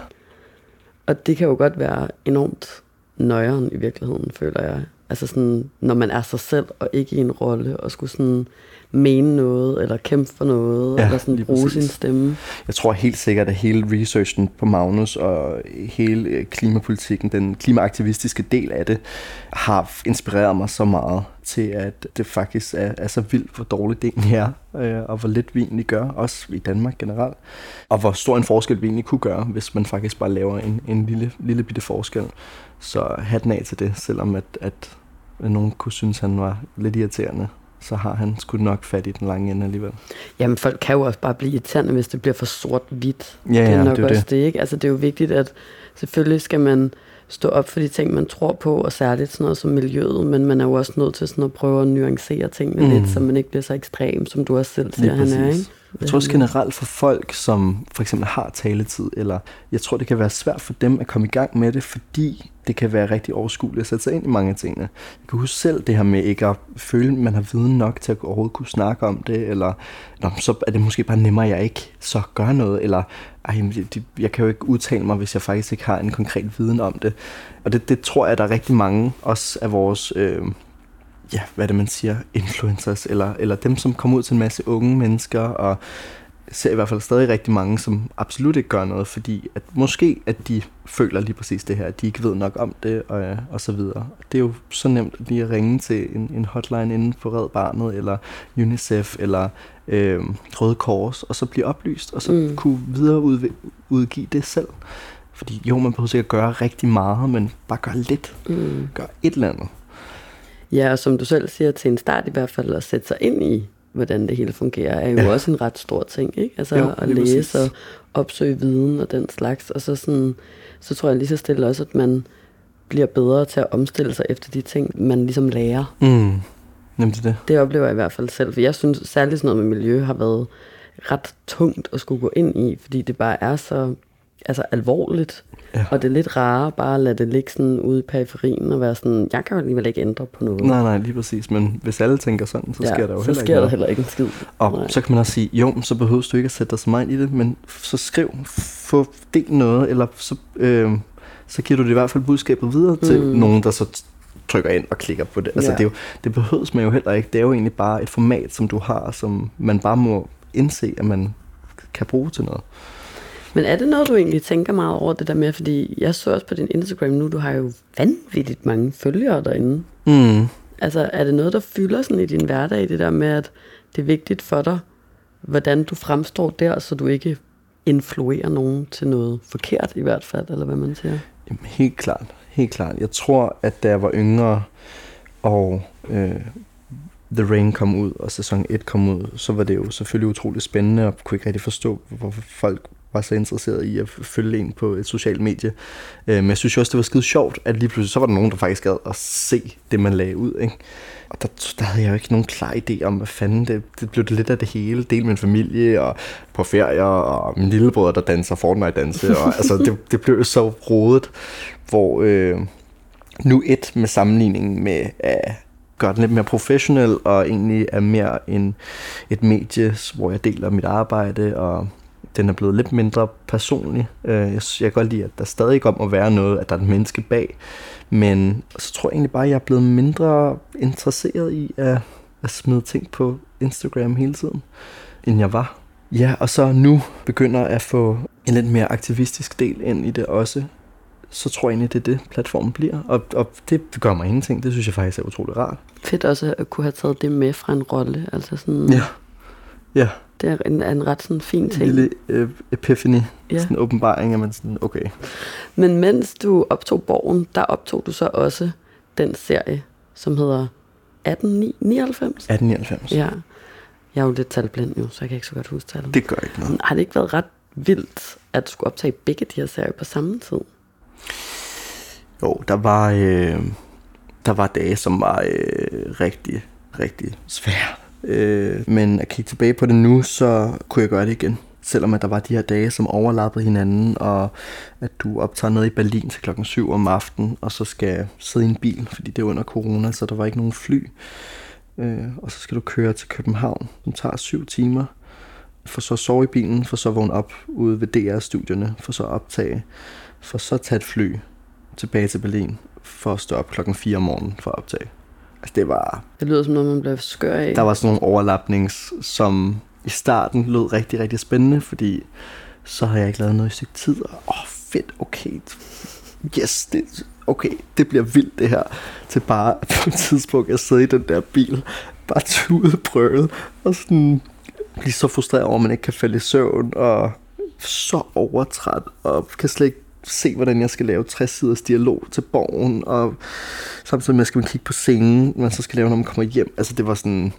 Og det kan jo godt være enormt nøjeren i virkeligheden, føler jeg. Altså sådan, når man er sig selv og ikke i en rolle, og skulle sådan mene noget, eller kæmpe for noget, ja, eller sådan bruge præcis. sin stemme. Jeg tror helt sikkert, at hele researchen på Magnus og hele klimapolitikken, den klimaaktivistiske del af det, har inspireret mig så meget til, at det faktisk er, er så vildt, hvor dårligt det egentlig er, og hvor lidt vi egentlig gør, også i Danmark generelt. Og hvor stor en forskel vi egentlig kunne gøre, hvis man faktisk bare laver en, en lille, lille bitte forskel. Så hatten af til det, selvom at, at nogen kunne synes, han var lidt irriterende, så har han sgu nok fat i den lange ende alligevel. Jamen, folk kan jo også bare blive irriterende, hvis det bliver for sort-hvidt. Ja, ja, det er nok det er også det. det, ikke? Altså, det er jo vigtigt, at selvfølgelig skal man stå op for de ting, man tror på, og særligt sådan noget som miljøet, men man er jo også nødt til sådan at prøve at nuancere tingene mm. lidt, så man ikke bliver så ekstrem, som du også selv siger, han er, ikke? Jeg tror også generelt for folk, som for eksempel har taletid, eller jeg tror, det kan være svært for dem at komme i gang med det, fordi det kan være rigtig overskueligt at sætte sig ind i mange af tingene. Jeg kan huske selv det her med ikke at føle, at man har viden nok til at overhovedet kunne snakke om det, eller så er det måske bare nemmere, at jeg ikke så gør noget, eller ej, jeg kan jo ikke udtale mig, hvis jeg faktisk ikke har en konkret viden om det. Og det, det tror jeg, at der er rigtig mange, også af vores... Øh, ja, hvad det man siger, influencers, eller, eller dem, som kommer ud til en masse unge mennesker, og ser i hvert fald stadig rigtig mange, som absolut ikke gør noget, fordi at måske, at de føler lige præcis det her, at de ikke ved nok om det, og, og så videre. Det er jo så nemt lige at ringe til en, en hotline inden for Red Barnet, eller UNICEF, eller øh, Røde Kors, og så blive oplyst, og så mm. kunne videre udgive det selv. Fordi jo, man behøver sikkert gøre rigtig meget, men bare gøre lidt. Mm. Gør et eller andet. Ja, og som du selv siger, til en start i hvert fald at sætte sig ind i, hvordan det hele fungerer, er jo ja. også en ret stor ting, ikke? Altså jo, at læse præcis. og opsøge viden og den slags, og så, sådan, så tror jeg lige så stille også, at man bliver bedre til at omstille sig efter de ting, man ligesom lærer. Mm. Nemlig det. Det oplever jeg i hvert fald selv, for jeg synes særligt sådan noget med miljø har været ret tungt at skulle gå ind i, fordi det bare er så altså alvorligt. Ja. Og det er lidt rarere bare at lade det ligge sådan ude i periferien og være sådan, jeg kan jo alligevel ikke ændre på noget. Nej, nej, lige præcis. Men hvis alle tænker sådan, så ja, sker der jo så heller sker ikke der noget. heller ikke en skid. Og nej. Så kan man også sige, jo, så behøver du ikke at sætte dig så meget ind i det, men så skriv, få del noget, eller så, øh, så giver du det i hvert fald budskabet videre til mm. nogen, der så trykker ind og klikker på det. Altså, ja. det, er jo, det behøves man jo heller ikke. Det er jo egentlig bare et format, som du har, som man bare må indse, at man kan bruge til noget. Men er det noget, du egentlig tænker meget over det der med? Fordi jeg så også på din Instagram nu, du har jo vanvittigt mange følgere derinde. Mm. Altså, er det noget, der fylder sådan i din hverdag, det der med, at det er vigtigt for dig, hvordan du fremstår der, så du ikke influerer nogen til noget forkert i hvert fald, eller hvad man siger? Jamen, helt klart, helt klart. Jeg tror, at da jeg var yngre, og øh, The Rain kom ud, og sæson et kom ud, så var det jo selvfølgelig utroligt spændende, og kunne ikke rigtig forstå, hvorfor folk var så interesseret i at følge en på et socialt medie. Men jeg synes jo også, det var skide sjovt, at lige pludselig, så var der nogen, der faktisk gad at se det, man lagde ud, ikke? Og der, der havde jeg jo ikke nogen klar idé om, hvad fanden, det, det blev det lidt af det hele. Del min familie, og på ferier, og min lillebror, der danser Fortnite-danse, og altså, det, det blev jo så rodet, hvor øh, nu et med sammenligningen med at gøre den lidt mere professionel, og egentlig er mere en, et medie, hvor jeg deler mit arbejde, og den er blevet lidt mindre personlig. Jeg kan godt lide, at der stadig om at være noget, at der er et menneske bag. Men så tror jeg egentlig bare, at jeg er blevet mindre interesseret i at, at smide ting på Instagram hele tiden, end jeg var. Ja, og så nu begynder at få en lidt mere aktivistisk del ind i det også. Så tror jeg egentlig, det er det, platformen bliver. Og, og det gør mig ingenting. Det synes jeg faktisk er utroligt rart. Fedt også at kunne have taget det med fra en rolle. Altså sådan... Ja. Ja. Det er en, en ret sådan fin ting. En lille øh, epiphany, ja. Sådan en åbenbaring, at man sådan, okay. Men mens du optog Borgen, der optog du så også den serie, som hedder atten nioghalvfems? atten nioghalvfems. Ja. Jeg er jo lidt talblind jo, så jeg kan ikke så godt huske tallet. Det gør ikke noget. Men har det ikke været ret vildt, at du skulle optage begge de her serier på samme tid? Jo, der var, øh, der var dage, som var øh, rigtig, rigtig svære. Øh, men at kigge tilbage på det nu, så kunne jeg gøre det igen. Selvom at der var de her dage, som overlappede hinanden, og at du optager noget i Berlin til klokken syv om aftenen, og så skal sidde i en bil, fordi det er under corona, så der var ikke nogen fly. Øh, og så skal du køre til København, som tager syv timer, for så at sove i bilen, for så at vågne op ude ved D R-studierne, for så at optage, for så at tage et fly tilbage til Berlin, for at stå op klokken fire om morgenen for at optage. Altså det var... Det lyder som noget, man blev skør af. Der var sådan nogle overlapnings, som i starten lød rigtig, rigtig spændende, fordi så har jeg ikke lavet noget i stykke tid, og åh, fedt, okay, yes, det, okay, det bliver vildt det her, til bare på et tidspunkt at sidde i den der bil, bare tude brøle, og sådan blive så frustreret over, at man ikke kan falde i søvn, og så overtræt, og kan slet ikke se, hvordan jeg skal lave tres siders dialog til Borgen, og samtidig med, at man kigge på scenen, man så skal lave, når man kommer hjem. Altså, det var sådan...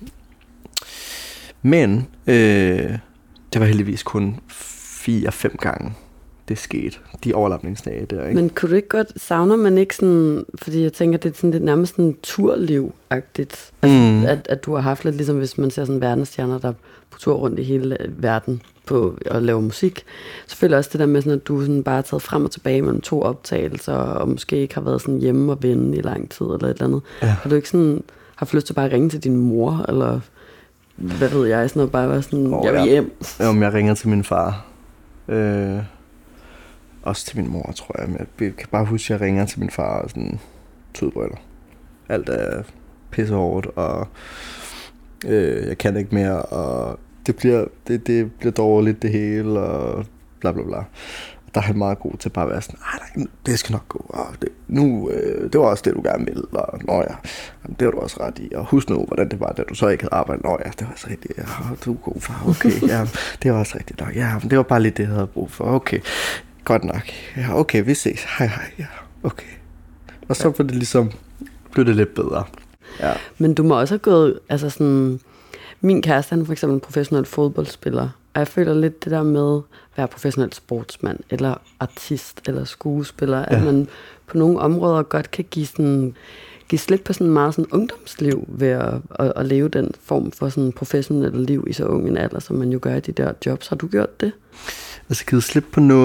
Men, øh, det var heldigvis kun fire-fem gange, det skete. De overlapningsdage der, ikke? Men kunne du ikke godt, savner man ikke sådan, fordi jeg tænker, det er sådan, det er nærmest sådan turliv-agtigt, altså, mm. at, at du har haft lidt, ligesom hvis man ser sådan verdensstjerner, der på tur rundt i hele verden på at lave musik. Selvfølgelig også det der med, sådan, at du sådan bare har taget frem og tilbage mellem to optagelser, og måske ikke har været sådan hjemme og vende i lang tid, eller et eller andet. Ja. Har du ikke sådan haft lyst til bare at ringe til din mor, eller hvad ved jeg, sådan noget, bare være sådan, oh, jeg vil hjem? Ja, om jeg ringer til min far. Øh, også til min mor, tror jeg. Men jeg kan bare huske, at jeg ringer til min far og sådan, tudbrøller. Alt er pissehårdt, og øh, jeg kan ikke mere, og det bliver, det, det bliver dårligt det hele, og bla bla bla. Der er han meget god til bare at være sådan, nej, det skal nok gå, og det, nu, øh, det var også det, du gerne ville, og nå ja, det var du også ret i, og husk nu, hvordan det var, da du så ikke havde arbejdet, nå ja, det var også rigtigt, ja, du er god far, okay, ja, det var også rigtigt nok, ja, men det var bare lidt det, jeg havde brug for, okay, godt nok, ja, okay, vi ses, hej hej, ja, okay. Og så blev det ligesom, blev det lidt bedre. Ja. Men du må også have gået, altså sådan, min kæreste, han er for eksempel en professionel fodboldspiller, og jeg føler lidt det der med at være professionel sportsmand, eller artist, eller skuespiller, ja. At man på nogle områder godt kan give, sådan, give slip på sådan meget sådan ungdomsliv ved at, at, at leve den form for sådan professionelt liv i så ung en alder, som man jo gør i de der jobs. Har du gjort det? Altså givet slip på noget,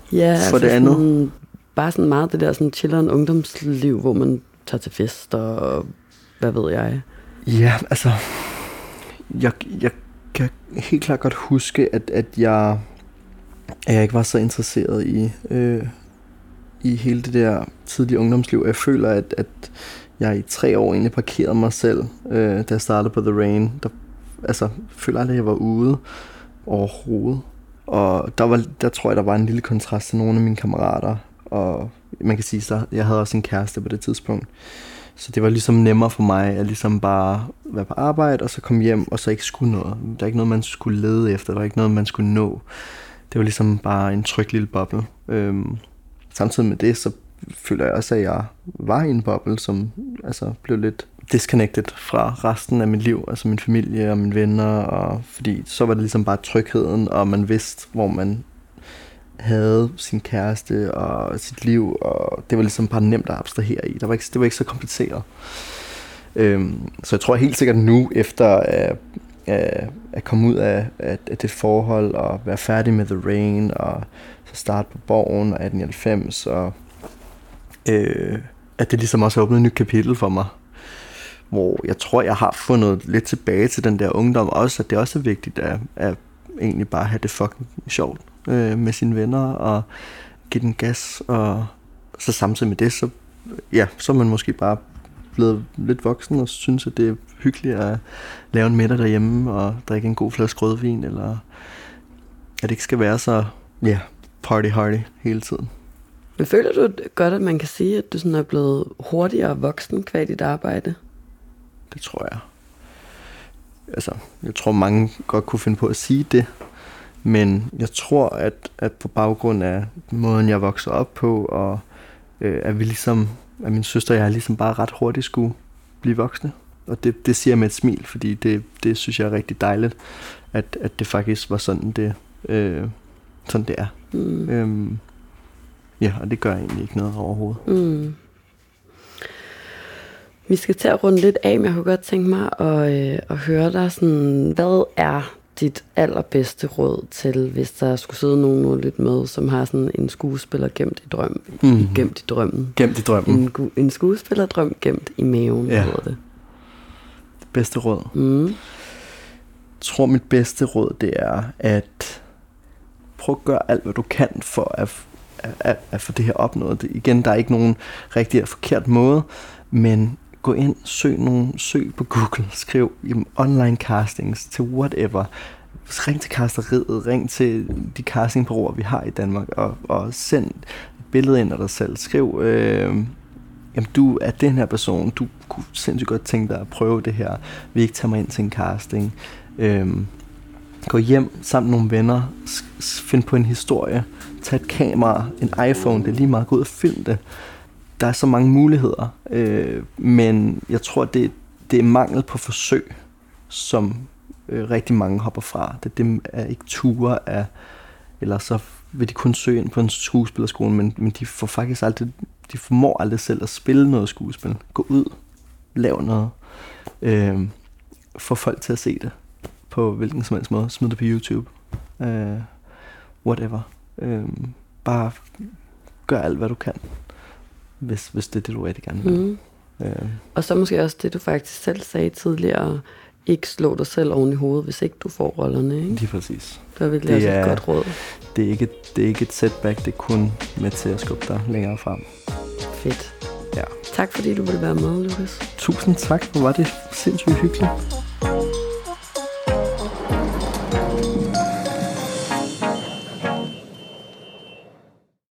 Ja, for altså det andet. Sådan, bare sådan meget det der sådan chilleren ungdomsliv, hvor man tager til fest og hvad ved jeg. Ja, altså, jeg, jeg kan helt klart godt huske, at, at, jeg, at jeg ikke var så interesseret i, øh, i hele det der tidlige ungdomsliv. Jeg føler, at, at jeg i tre år egentlig parkerede mig selv, øh, da jeg startede på The Rain. Der, altså, jeg føler aldrig, at jeg var ude overhovedet. Og der, var, der tror jeg, der var en lille kontrast til nogle af mine kammerater. Og man kan sige, at jeg havde også en kæreste på det tidspunkt. Så det var ligesom nemmere for mig at ligesom bare være på arbejde, og så komme hjem, og så ikke skulle noget. Der er ikke noget, man skulle lede efter. Der var ikke noget, man skulle nå. Det var ligesom bare en tryg lille boble. Øhm, samtidig med det, så føler jeg også, at jeg var i en boble, som altså, blev lidt disconnected fra resten af mit liv. Altså min familie og mine venner. Og, fordi så var det ligesom bare trygheden, og man vidste, hvor man havde sin kæreste og sit liv, og det var ligesom bare nemt at abstrahere i. Der var ikke, det var ikke så kompliceret. Øhm, så jeg tror helt sikkert nu, efter at, at, at komme ud af, af, af det forhold, og være færdig med The Rain, og så starte på Borgen og atten halvfems, og øh, at det ligesom også har åbnet et nyt kapitel for mig, hvor jeg tror, jeg har fundet lidt tilbage til den der ungdom også, at det også er vigtigt at, at egentlig bare have det fucking sjovt øh, med sine venner og give den gas, og så samtidig med det, så, ja, så er man måske bare blevet lidt voksen og synes, at det er hyggeligt at lave en middag derhjemme og drikke en god flaske rødvin, eller at det ikke skal være så ja, party-hardy hele tiden. Men føler du godt, at man kan sige, at du sådan er blevet hurtigere voksen qua dit arbejde? Det tror jeg. Altså, jeg tror mange godt kunne finde på at sige det, men jeg tror, at, at på baggrund af måden, jeg voksede op på, og øh, at vi ligesom, at min søster og jeg ligesom bare ret hurtigt skulle blive voksne. Og det, det siger jeg med et smil, fordi det, det synes jeg er rigtig dejligt, at, at det faktisk var sådan, det, øh, sådan det er. Mm. Øhm, ja, og det gør egentlig ikke noget overhovedet. Mm. Vi skal til at runde lidt af, men jeg kunne godt tænke mig at, øh, at høre dig sådan, hvad er dit allerbedste råd til, hvis der skulle sidde nogen lidt med, som har sådan en skuespiller gemt i drøm, mm. gemt i drømmen. Gemt i drømmen. En, en skuespillerdrøm gemt i maven, ja. Hedder det. Det bedste råd. Mm. Jeg tror, mit bedste råd, det er, at prøv at gøre alt, hvad du kan for at, at, at få det her opnået. Det, igen, der er ikke nogen rigtig og forkert måde, men gå ind, søg, nogle, søg på Google, skriv jamen, online castings til whatever. Ring til casteriet, ring til de castingbureauer, vi har i Danmark, og, og send et billede ind af dig selv. Skriv, øh, jamen du er den her person, du kunne sindssygt godt tænke dig at prøve det her. Vil ikke tage mig ind til en casting? Øh, gå hjem sammen med nogle venner, find på en historie, tag et kamera, en iPhone, det er lige meget, gå ud og film det. Der er så mange muligheder, øh, men jeg tror, det, det er mangel på forsøg, som øh, rigtig mange hopper fra. Det, det er ikke ture af, eller så vil de kun søge ind på en skuespillerskole, men, men de får faktisk aldrig, de formår aldrig selv at spille noget skuespil. Gå ud, lav noget, øh, få folk til at se det på hvilken som helst måde. Smid det på YouTube, øh, whatever. Øh, bare gør alt, hvad du kan. Hvis, hvis det er det, du rigtig gerne vil. Mm. Øh. Og så måske også det, du faktisk selv sagde tidligere, ikke slå dig selv oven i hovedet, hvis ikke du får rollerne, ikke? Lige præcis. Det er virkelig det også er, et godt råd. Det er, ikke, det er ikke et setback, det er kun med til at skubbe dig længere frem. Fedt. Ja. Tak fordi du ville være med, Lukas. Tusind tak, hvor var det sindssygt hyggeligt.